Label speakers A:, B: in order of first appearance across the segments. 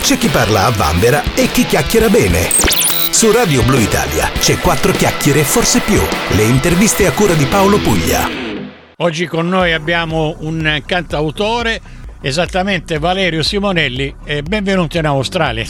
A: C'è chi parla a vanvera e chi chiacchiera bene. Su Radio Blu Italia c'è 4 chiacchiere e forse più. Le interviste a cura di Paolo Puglia.
B: Oggi con noi abbiamo un cantautore, esattamente Valerio Simonelli, e benvenuto in Australia.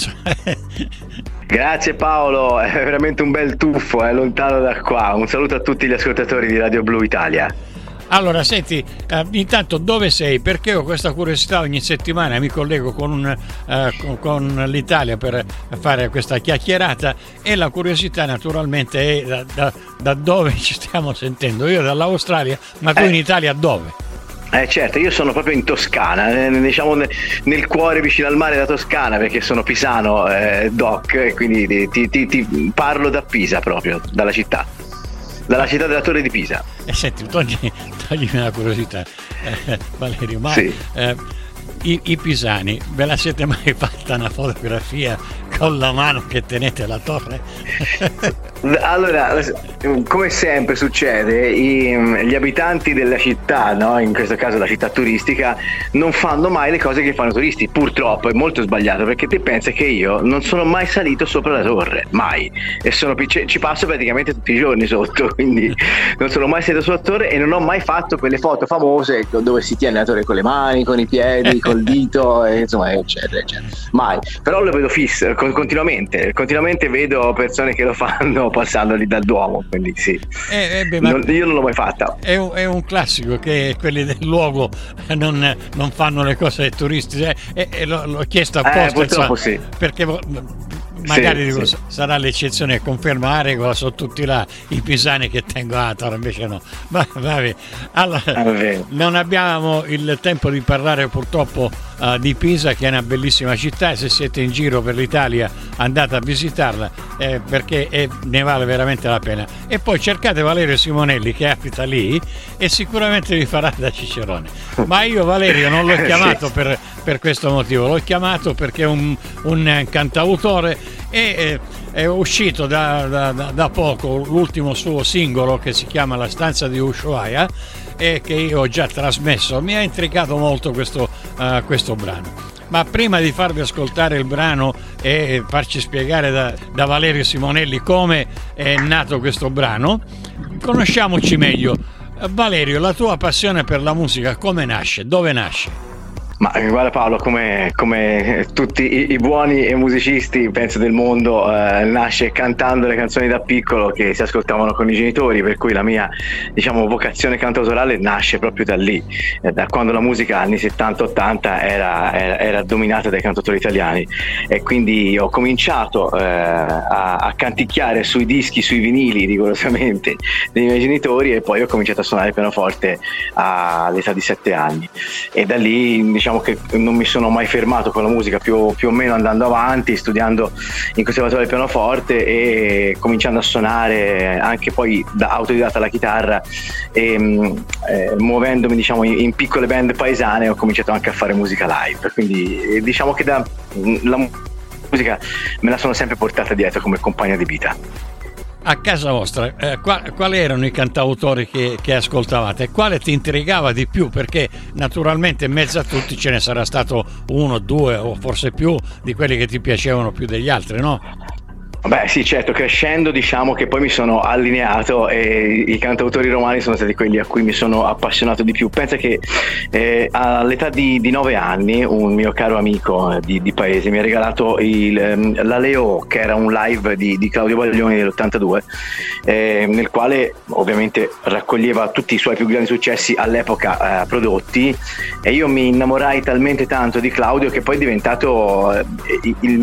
C: Grazie Paolo, è veramente un bel tuffo, è lontano da qua. Un saluto a tutti gli ascoltatori di Radio Blu Italia.
B: Allora, senti, intanto dove sei? Perché ho questa curiosità, ogni settimana mi collego con l'Italia per fare questa chiacchierata, e la curiosità naturalmente è da dove ci stiamo sentendo. Io dall'Australia, ma tu in Italia dove?
C: Certo, io sono proprio in Toscana, diciamo nel cuore vicino al mare della Toscana, perché sono pisano, doc, e quindi ti parlo da Pisa proprio, dalla città della Torre di Pisa.
B: Senti, toglimi una curiosità, Valerio, ma sì. I pisani, ve la siete mai fatta una fotografia con la mano che tenete la torre?
C: Allora, come sempre succede, gli abitanti della città, no? In questo caso la città turistica, non fanno mai le cose che fanno i turisti. Purtroppo è molto sbagliato, perché te pensi che io non sono mai salito sopra la torre, mai, e ci passo praticamente tutti i giorni sotto, quindi non sono mai salito sulla torre e non ho mai fatto quelle foto famose dove si tiene la torre con le mani, con i piedi, col dito, insomma, eccetera. Mai. Però lo vedo fisso continuamente vedo persone che lo fanno passando lì dal Duomo, quindi sì. Io non l'ho mai fatta.
B: È un classico che quelli del luogo non fanno le cose ai turisti, e l'ho chiesto apposta,
C: purtroppo sì,
B: perché magari
C: sì.
B: Sarà l'eccezione a confermare, sono tutti là i pisani che tengo a torre, invece no. Vabbè. Allora, non abbiamo il tempo di parlare purtroppo di Pisa, che è una bellissima città, e se siete in giro per l'Italia andate a visitarla, perché ne vale veramente la pena. E poi cercate Valerio Simonelli, che abita lì, e sicuramente vi farà da cicerone. Ma io Valerio non l'ho chiamato per questo motivo, l'ho chiamato perché è un cantautore, e è uscito da poco l'ultimo suo singolo, che si chiama La stanza di Ushuaia, e che io ho già trasmesso. Mi ha intrigato molto questo brano, ma prima di farvi ascoltare il brano e farci spiegare da Valerio Simonelli come è nato questo brano, conosciamoci meglio. Valerio, la tua passione per la musica come nasce? Dove nasce?
C: Ma guarda Paolo, come tutti i buoni musicisti penso del mondo, nasce cantando le canzoni da piccolo che si ascoltavano con i genitori, per cui la mia, diciamo, vocazione cantautorale nasce proprio da lì, da quando la musica anni 70-80 era dominata dai cantautori italiani, e quindi ho cominciato a canticchiare sui dischi, sui vinili rigorosamente dei miei genitori, e poi ho cominciato a suonare il pianoforte all'età di 7 anni, e da lì diciamo che non mi sono mai fermato con la musica, più o meno andando avanti, studiando in conservatorio il pianoforte e cominciando a suonare anche poi da autodidatta la chitarra, e muovendomi, diciamo, in piccole band paesane, ho cominciato anche a fare musica live, quindi diciamo che la musica me la sono sempre portata dietro come compagna di vita.
B: A casa vostra, quali erano i cantautori che ascoltavate? Quale ti intrigava di più? Perché naturalmente in mezzo a tutti ce ne sarà stato uno, due o forse più di quelli che ti piacevano più degli altri, no?
C: Beh sì, certo, crescendo diciamo che poi mi sono allineato, e i cantautori romani sono stati quelli a cui mi sono appassionato di più. Pensa che all'età di 9 anni un mio caro amico di paese mi ha regalato la Leo, che era un live di Claudio Baglioni dell'82, nel quale ovviamente raccoglieva tutti i suoi più grandi successi all'epoca prodotti, e io mi innamorai talmente tanto di Claudio che poi è diventato il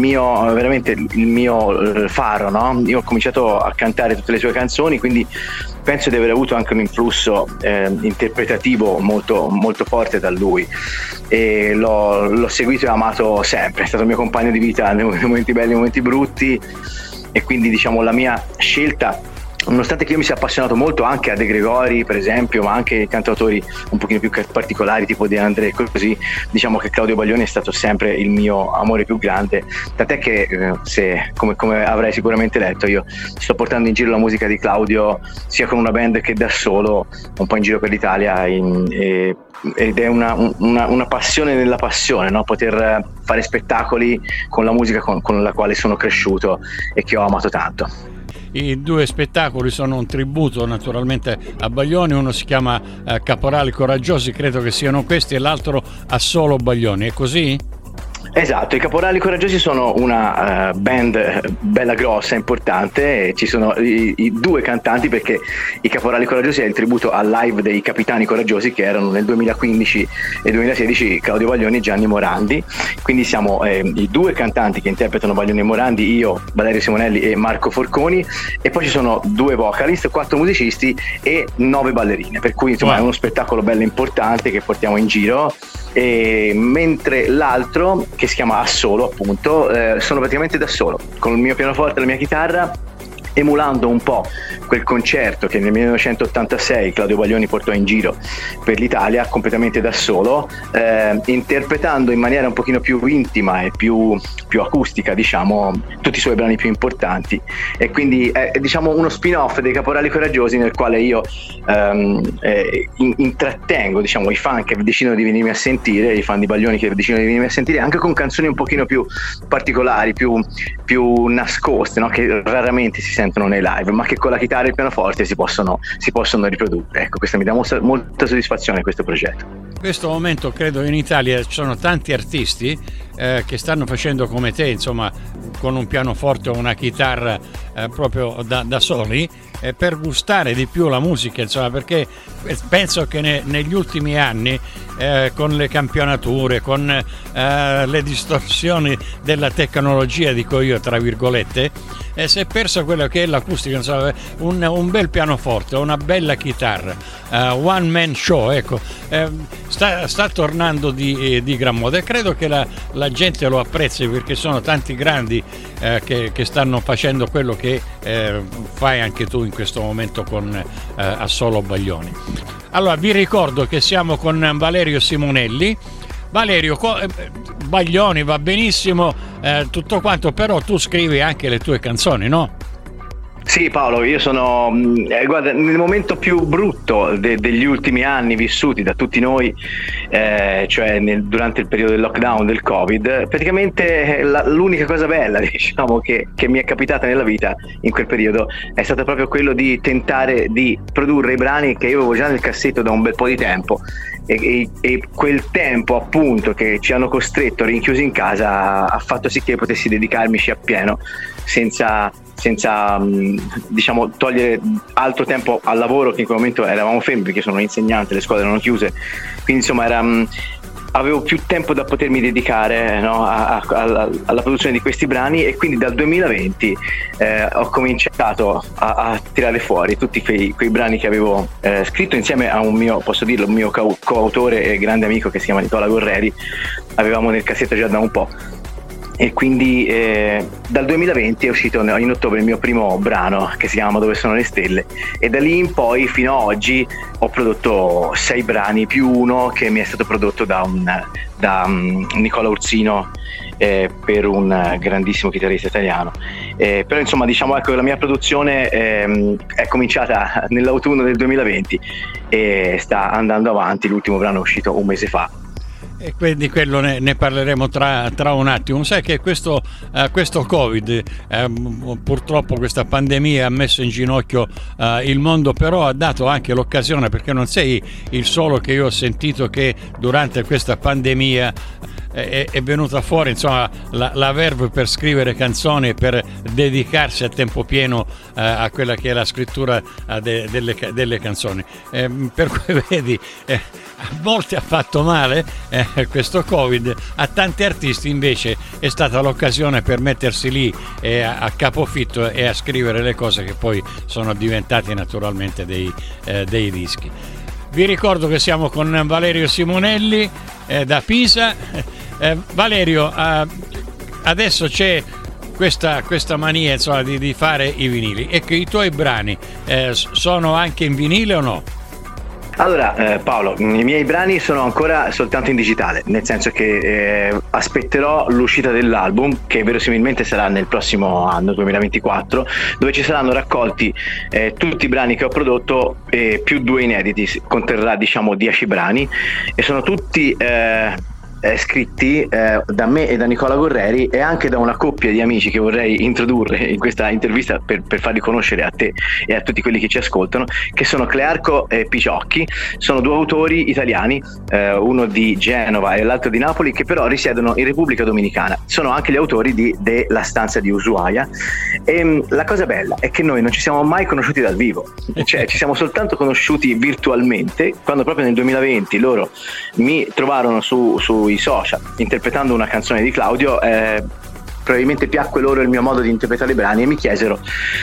C: mio faro, no? Io ho cominciato a cantare tutte le sue canzoni, quindi penso di aver avuto anche un influsso interpretativo molto, molto forte da lui, e l'ho seguito e amato sempre. È stato il mio compagno di vita nei momenti belli e nei momenti brutti, e quindi diciamo la mia scelta nonostante che io mi sia appassionato molto anche a De Gregori per esempio, ma anche cantautori un pochino più particolari tipo De André e così, diciamo che Claudio Baglioni è stato sempre il mio amore più grande, tant'è che se come avrai sicuramente letto, io sto portando in giro la musica di Claudio sia con una band che da solo un po' in giro per l'Italia, ed è una passione nella passione, no? Poter fare spettacoli con la musica con la quale sono cresciuto e che ho amato tanto.
B: I due spettacoli sono un tributo naturalmente a Baglioni, uno si chiama Caporali Coraggiosi, credo che siano questi, e l'altro a solo Baglioni, è così?
C: Esatto, i Caporali Coraggiosi sono una band bella grossa, importante, e ci sono i due cantanti, perché i Caporali Coraggiosi è il tributo al live dei Capitani Coraggiosi che erano nel 2015 e 2016 Claudio Baglioni e Gianni Morandi, quindi siamo i due cantanti che interpretano Baglioni e Morandi, io, Valerio Simonelli e Marco Forconi, e poi ci sono 2 vocalist, 4 musicisti e 9 ballerine, per cui insomma è uno spettacolo bello importante che portiamo in giro. E mentre l'altro, che si chiama Assolo appunto, sono praticamente da solo con il mio pianoforte e la mia chitarra, emulando un po' quel concerto che nel 1986 Claudio Baglioni portò in giro per l'Italia completamente da solo, interpretando in maniera un pochino più intima e più acustica, diciamo, tutti i suoi brani più importanti, e quindi è diciamo uno spin-off dei Caporali Coraggiosi nel quale io intrattengo, diciamo, i fan che decidono di venirmi a sentire, i fan di Baglioni che decidono di venirmi a sentire, anche con canzoni un pochino più particolari, più nascoste, no? Che raramente si sentono nei live, ma che con la chitarra e il pianoforte si possono riprodurre. Ecco, questo mi dà molta soddisfazione, questo progetto.
B: In questo momento credo in Italia ci sono tanti artisti che stanno facendo come te, insomma, con un pianoforte o una chitarra proprio da soli, per gustare di più la musica, insomma, perché penso che negli ultimi anni con le campionature, con le distorsioni della tecnologia, dico io tra virgolette, si è perso quello che è l'acustica, insomma, un bel pianoforte, una bella chitarra, one man show, ecco, sta tornando di gran moda, e credo che la gente lo apprezzi, perché sono tanti grandi che stanno facendo quello che fai anche tu in questo momento con Assolo Baglioni. Allora vi ricordo che siamo con Valerio Simonelli. Valerio, Baglioni va benissimo, tutto quanto, però tu scrivi anche le tue canzoni, no?
C: Sì Paolo, io sono guarda, nel momento più brutto degli ultimi anni vissuti da tutti noi, cioè durante il periodo del lockdown del Covid, praticamente l'unica cosa bella, diciamo, che mi è capitata nella vita in quel periodo è stato proprio quello di tentare di produrre i brani che io avevo già nel cassetto da un bel po' di tempo, e quel tempo appunto che ci hanno costretto rinchiusi in casa ha fatto sì che io potessi dedicarmici appieno senza diciamo togliere altro tempo al lavoro, che in quel momento eravamo fermi perché sono insegnante, le scuole erano chiuse, quindi insomma avevo più tempo da potermi dedicare, no, alla produzione di questi brani, e quindi dal 2020 ho cominciato a tirare fuori tutti quei brani che avevo scritto insieme a un mio coautore e grande amico che si chiama Nicola Gorreri. Avevamo nel cassetto già da un po'. E quindi dal 2020 è uscito in ottobre il mio primo brano che si chiama Dove sono le stelle, e da lì in poi fino a oggi ho prodotto 6 brani più uno che mi è stato prodotto da Nicola Ursino, per un grandissimo chitarrista italiano, però insomma diciamo, ecco, la mia produzione è cominciata nell'autunno del 2020 e sta andando avanti. L'ultimo brano è uscito un mese fa.
B: E quindi quello ne parleremo tra un attimo. Sai che questo Covid, purtroppo questa pandemia ha messo in ginocchio il mondo, però ha dato anche l'occasione, perché non sei il solo che io ho sentito che durante questa pandemia è venuta fuori, insomma, la verve per scrivere canzoni e per dedicarsi a tempo pieno a quella che è la scrittura delle canzoni, per cui vedi, a molti ha fatto male questo Covid, a tanti artisti invece è stata l'occasione per mettersi lì a capofitto e a scrivere le cose che poi sono diventate naturalmente dei dischi. Vi ricordo che siamo con Valerio Simonelli da Pisa. Valerio, adesso c'è questa mania, insomma, di fare i vinili. Ecco, i tuoi brani sono anche in vinile o no?
C: Allora Paolo, i miei brani sono ancora soltanto in digitale, nel senso che aspetterò l'uscita dell'album, che verosimilmente sarà nel prossimo anno 2024, dove ci saranno raccolti tutti i brani che ho prodotto più 2 inediti. Conterrà 10 brani e sono tutti scritti da me e da Nicola Gorreri, e anche da una coppia di amici che vorrei introdurre in questa intervista per farli conoscere a te e a tutti quelli che ci ascoltano, che sono Clearco e Piciocchi. Sono 2 autori italiani, uno di Genova e l'altro di Napoli, che però risiedono in Repubblica Dominicana. Sono anche gli autori di La stanza di Ushuaia, e la cosa bella è che noi non ci siamo mai conosciuti dal vivo, cioè ci siamo soltanto conosciuti virtualmente, quando proprio nel 2020 loro mi trovarono sui social interpretando una canzone di Claudio. Probabilmente piacque loro il mio modo di interpretare i brani e mi chiesero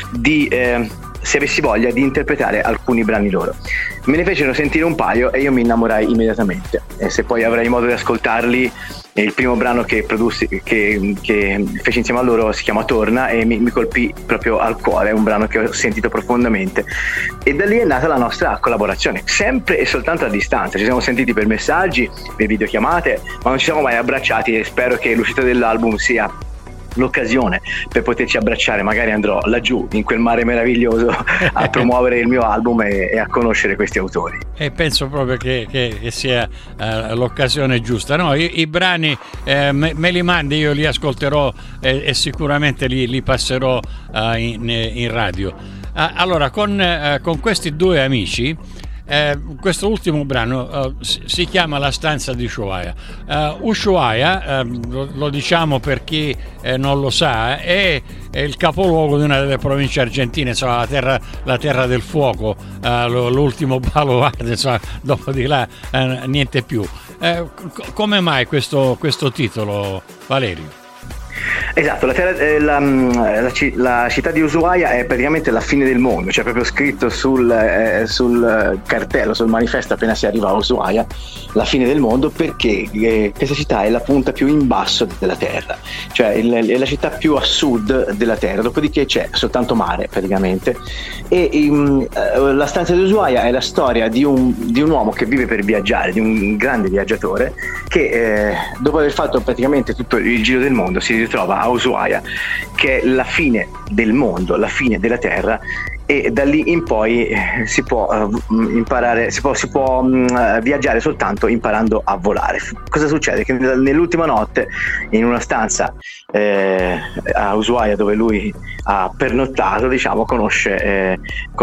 C: se avessi voglia di interpretare alcuni brani loro. Me ne fecero sentire un paio e io mi innamorai immediatamente, e se poi avrai modo di ascoltarli, il primo brano che produssi, che feci insieme a loro, si chiama Torna, e mi colpì proprio al cuore. È un brano che ho sentito profondamente, e da lì è nata la nostra collaborazione, sempre e soltanto a distanza. Ci siamo sentiti per messaggi, per videochiamate, ma non ci siamo mai abbracciati, e spero che l'uscita dell'album sia l'occasione per poterci abbracciare. Magari andrò laggiù in quel mare meraviglioso a promuovere il mio album e a conoscere questi autori,
B: e penso proprio che sia l'occasione giusta. No, i brani me li mandi, io li ascolterò e sicuramente li passerò in radio. Allora, con questi 2 amici, questo ultimo brano si chiama La stanza di Ushuaia. Ushuaia, lo diciamo per chi non lo sa, è il capoluogo di una delle province argentine, insomma, la terra del fuoco, l'ultimo baluardo, insomma, dopo di là niente più. Come mai questo titolo, Valerio?
C: Esatto, la città di Ushuaia è praticamente la fine del mondo, cioè proprio scritto sul cartello, sul manifesto appena si arriva a Ushuaia, la fine del mondo, perché questa città è la punta più in basso della terra, cioè è la città più a sud della terra, dopodiché c'è soltanto mare praticamente. E la stanza di Ushuaia è la storia di un uomo che vive per viaggiare, di un grande viaggiatore che dopo aver fatto praticamente tutto il giro del mondo si ritrova a Ushuaia, che è la fine del mondo, la fine della terra, e da lì in poi si può imparare, si può viaggiare soltanto imparando a volare. Cosa succede? Che nell'ultima notte, in una stanza a Ushuaia dove lui ha pernottato, diciamo, conosce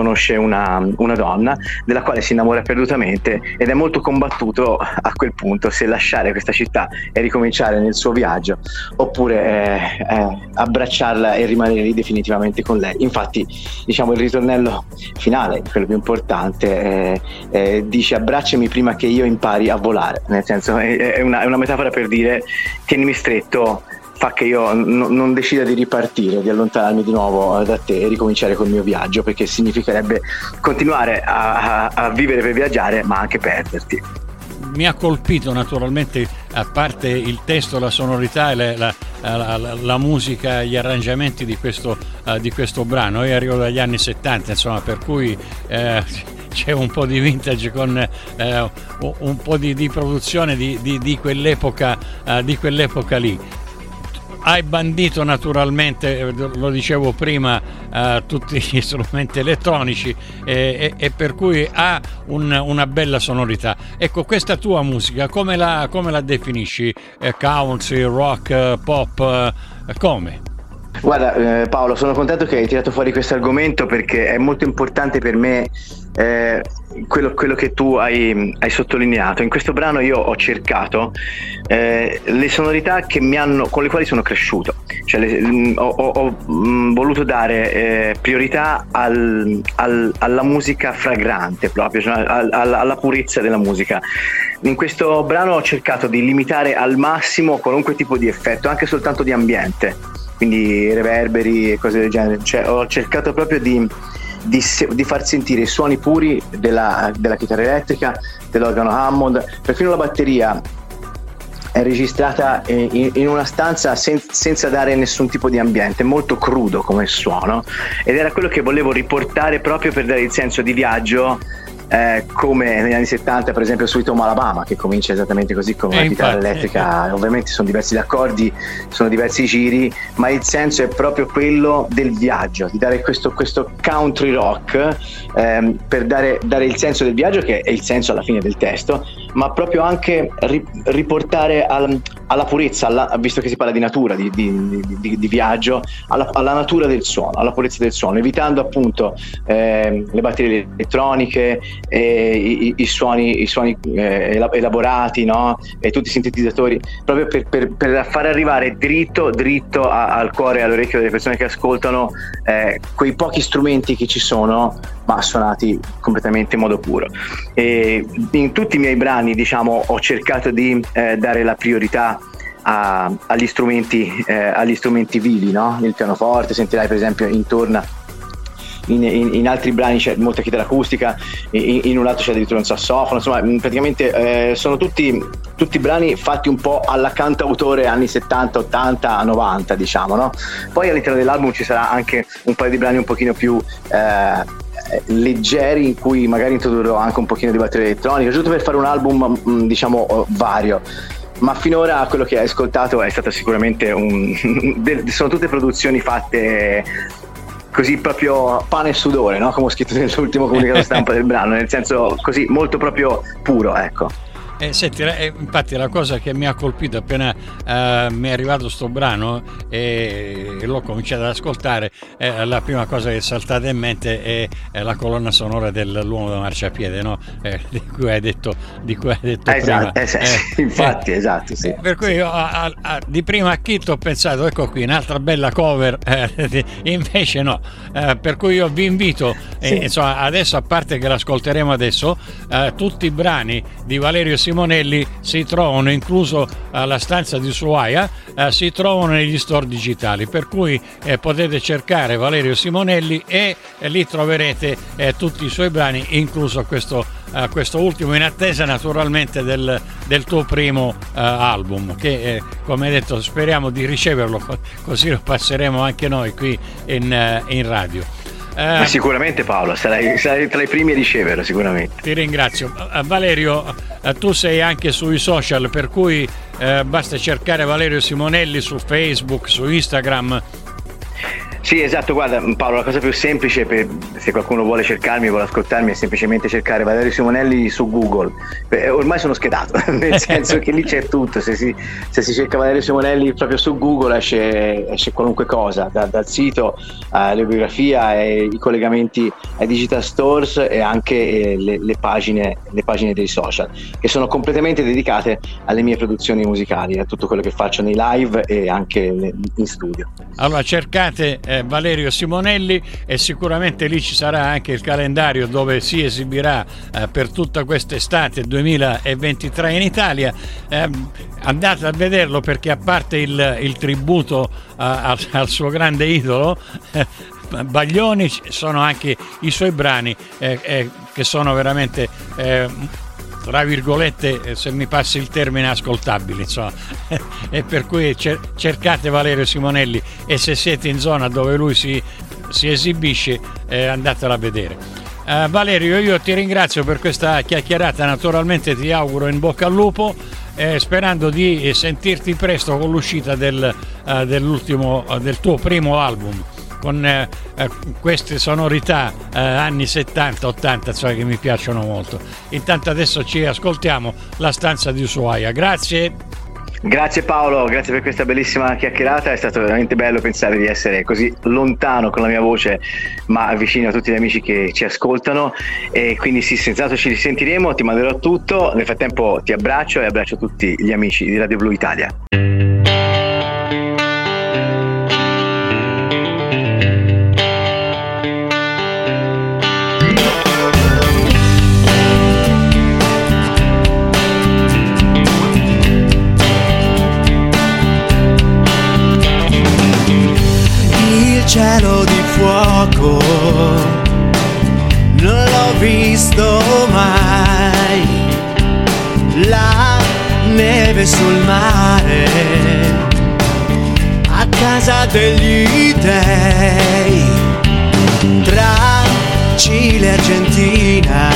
C: una donna della quale si innamora perdutamente, ed è molto combattuto a quel punto se lasciare questa città e ricominciare nel suo viaggio, oppure abbracciarla e rimanere lì definitivamente con lei. Infatti, diciamo, il ritornello finale, quello più importante, dice: abbracciami prima che io impari a volare, nel senso è una metafora per dire: tienimi stretto, fa che io non decida di ripartire, di allontanarmi di nuovo da te e ricominciare col mio viaggio, perché significherebbe continuare a vivere per viaggiare, ma anche perderti.
B: Mi ha colpito naturalmente, a parte il testo, la sonorità e la musica, gli arrangiamenti di questo brano. Io arrivo dagli anni 70, insomma, per cui c'è un po' di vintage con un po' di produzione di quell'epoca lì. Hai bandito naturalmente, lo dicevo prima, tutti gli strumenti elettronici, e per cui ha una bella sonorità. Ecco, questa tua musica come la definisci? Country, rock, pop, come?
C: Guarda Paolo, sono contento che hai tirato fuori questo argomento, perché è molto importante per me quello che tu hai sottolineato. In questo brano io ho cercato le sonorità con le quali sono cresciuto, cioè ho voluto dare priorità alla musica fragrante, proprio, cioè alla purezza della musica. In questo brano ho cercato di limitare al massimo qualunque tipo di effetto, anche soltanto di ambiente, quindi reverberi e cose del genere. Cioè, ho cercato proprio di far sentire i suoni puri della chitarra elettrica, dell'organo Hammond, perfino la batteria è registrata in una stanza senza dare nessun tipo di ambiente, molto crudo come suono, ed era quello che volevo riportare proprio per dare il senso di viaggio, come negli anni 70 per esempio Sweet Home Alabama, che comincia esattamente così con una chitarra elettrica. Ovviamente sono diversi gli accordi, sono diversi i giri, ma il senso è proprio quello del viaggio, di dare questo country rock, per dare il senso del viaggio, che è il senso alla fine del testo, ma proprio anche riportare alla purezza, visto che si parla di natura, di viaggio, alla natura del suono, alla purezza del suono, evitando appunto le batterie elettroniche, i suoni elaborati, no? E tutti i sintetizzatori, proprio per far arrivare dritto al cuore e all'orecchio delle persone che ascoltano quei pochi strumenti che ci sono, ma suonati completamente in modo puro. E in tutti i miei brani, diciamo, ho cercato di dare la priorità agli strumenti vivi, no? Il pianoforte, sentirai per esempio intorno. In altri brani c'è molta chitarra acustica, in un altro c'è addirittura un sassofono, insomma praticamente sono tutti brani fatti un po' alla cantautore anni 70, 80, 90, diciamo, no? Poi all'interno dell'album ci sarà anche un paio di brani un pochino più leggeri, in cui magari introdurrò anche un pochino di batteria elettronica, giusto per fare un album diciamo vario. Ma finora quello che hai ascoltato è stata sicuramente sono tutte produzioni fatte così proprio pane e sudore, no? Come ho scritto nell'ultimo comunicato stampa del brano, nel senso così molto proprio puro, ecco.
B: Senti, infatti la cosa che mi ha colpito appena mi è arrivato sto brano e l'ho cominciato ad ascoltare, la prima cosa che è saltata in mente è la colonna sonora dell'Uomo da marciapiede, no? Di cui hai detto prima.
C: Infatti, esatto, sì.
B: Per cui io di prima acchito ho pensato, ecco qui un'altra bella cover, invece no, per cui io vi invito, insomma, adesso, a parte che l'ascolteremo adesso, tutti i brani di Valerio Simonelli si trovano, incluso la stanza di Ushuaia, si trovano negli store digitali, per cui potete cercare Valerio Simonelli e lì troverete tutti i suoi brani, incluso questo ultimo, in attesa naturalmente del tuo primo album, che come hai detto speriamo di riceverlo, così lo passeremo anche noi qui in radio.
C: Sicuramente Paolo, sarai tra i primi a riceverlo, sicuramente.
B: Ti ringrazio. Valerio, tu sei anche sui social, per cui basta cercare Valerio Simonelli su Facebook, su Instagram.
C: Sì, esatto, guarda Paolo, la cosa più semplice se qualcuno vuole cercarmi, vuole ascoltarmi, è semplicemente cercare Valerio Simonelli su Google. Ormai sono schedato, nel senso che lì c'è tutto, se si cerca Valerio Simonelli proprio su Google esce qualunque cosa, dal sito alla biografia, i collegamenti ai digital stores e anche le pagine dei social, che sono completamente dedicate alle mie produzioni musicali, a tutto quello che faccio nei live e anche in studio.
B: Allora cercate Valerio Simonelli e sicuramente lì ci sarà anche il calendario dove si esibirà per tutta quest'estate 2023 in Italia. Andate a vederlo, perché a parte il tributo al suo grande idolo Baglioni, sono anche i suoi brani che sono veramente tra virgolette, se mi passi il termine, ascoltabili, insomma. E per cui cercate Valerio Simonelli, e se siete in zona dove lui si esibisce, andatelo a vedere. Valerio, io ti ringrazio per questa chiacchierata, naturalmente ti auguro in bocca al lupo, sperando di sentirti presto con l'uscita del tuo primo album, con queste sonorità anni 70-80, cioè, che mi piacciono molto. Intanto adesso ci ascoltiamo La stanza di Ushuaia. Grazie
C: Paolo, grazie per questa bellissima chiacchierata, è stato veramente bello pensare di essere così lontano con la mia voce, ma vicino a tutti gli amici che ci ascoltano, e quindi sì, senz'altro ci risentiremo, ti manderò tutto, nel frattempo ti abbraccio e abbraccio tutti gli amici di Radio Blu Italia.
D: Cielo di fuoco non l'ho visto mai, la neve sul mare, a casa degli dei, tra Cile e Argentina,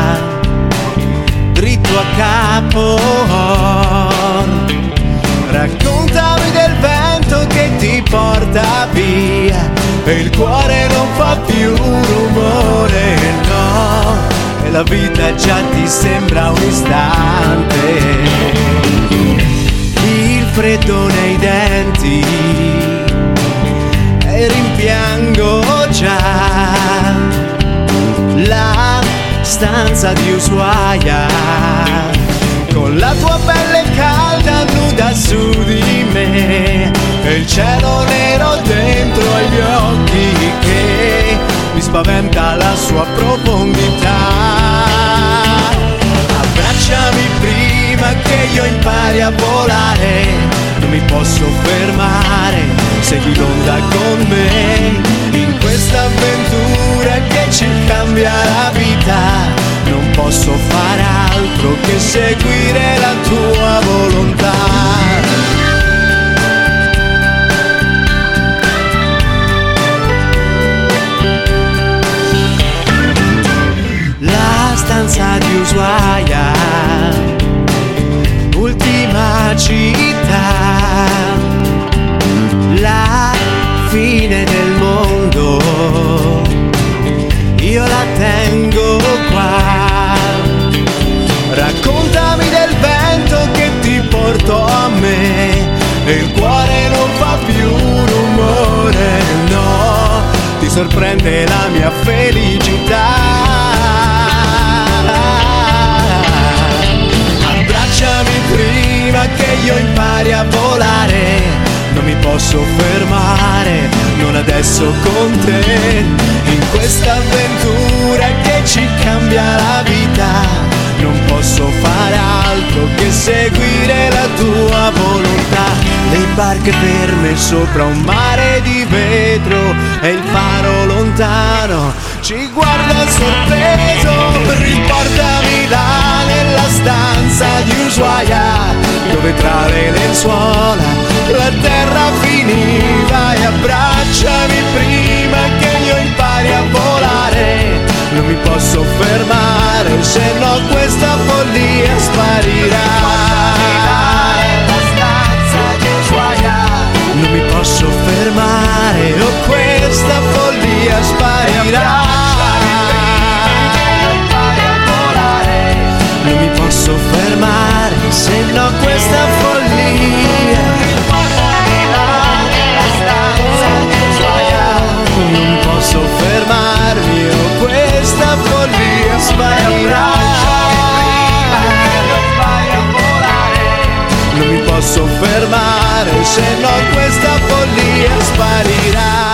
D: dritto a Capo Horn. Raccontami del vento che ti porta via e il cuore non fa più rumore, no, e la vita già ti sembra un istante. Il freddo nei denti e rimpiango già la stanza di Ushuaia, con la tua pelle calda nuda su di me e il cielo nero dentro agli occhi che mi spaventa la sua profondità. Abbracciami prima che io impari a volare, non mi posso fermare, segui l'onda con me in questa avventura che ci cambia la vita. Non posso fare altro che seguire la tua volontà. La stanza di Ushuaia, ultima città, la fine del mondo, io la tengo qua. Raccontami del vento che ti portò a me e il cuore non fa più rumore, no, ti sorprende la mia felicità. Abbracciami prima che io impari a volare, non mi posso fermare, non adesso con te, in questa avventura che ci cambia la vita. Non posso fare altro che seguire la tua volontà. Le barche ferme sopra un mare di vetro e il faro lontano ci guarda sorpreso. Riportami là nella stanza di Ushuaia, dove tra le lenzuola la terra finiva, e abbracciami prima che io impari a volare. Non mi posso fermare, se no questa follia sparirà. Non mi posso fermare o questa follia sparirà. Non mi posso fermare, se no questa follia. Non posso fermarmi o questa follia sparirà. Non mi posso fermare, se no questa follia sparirà.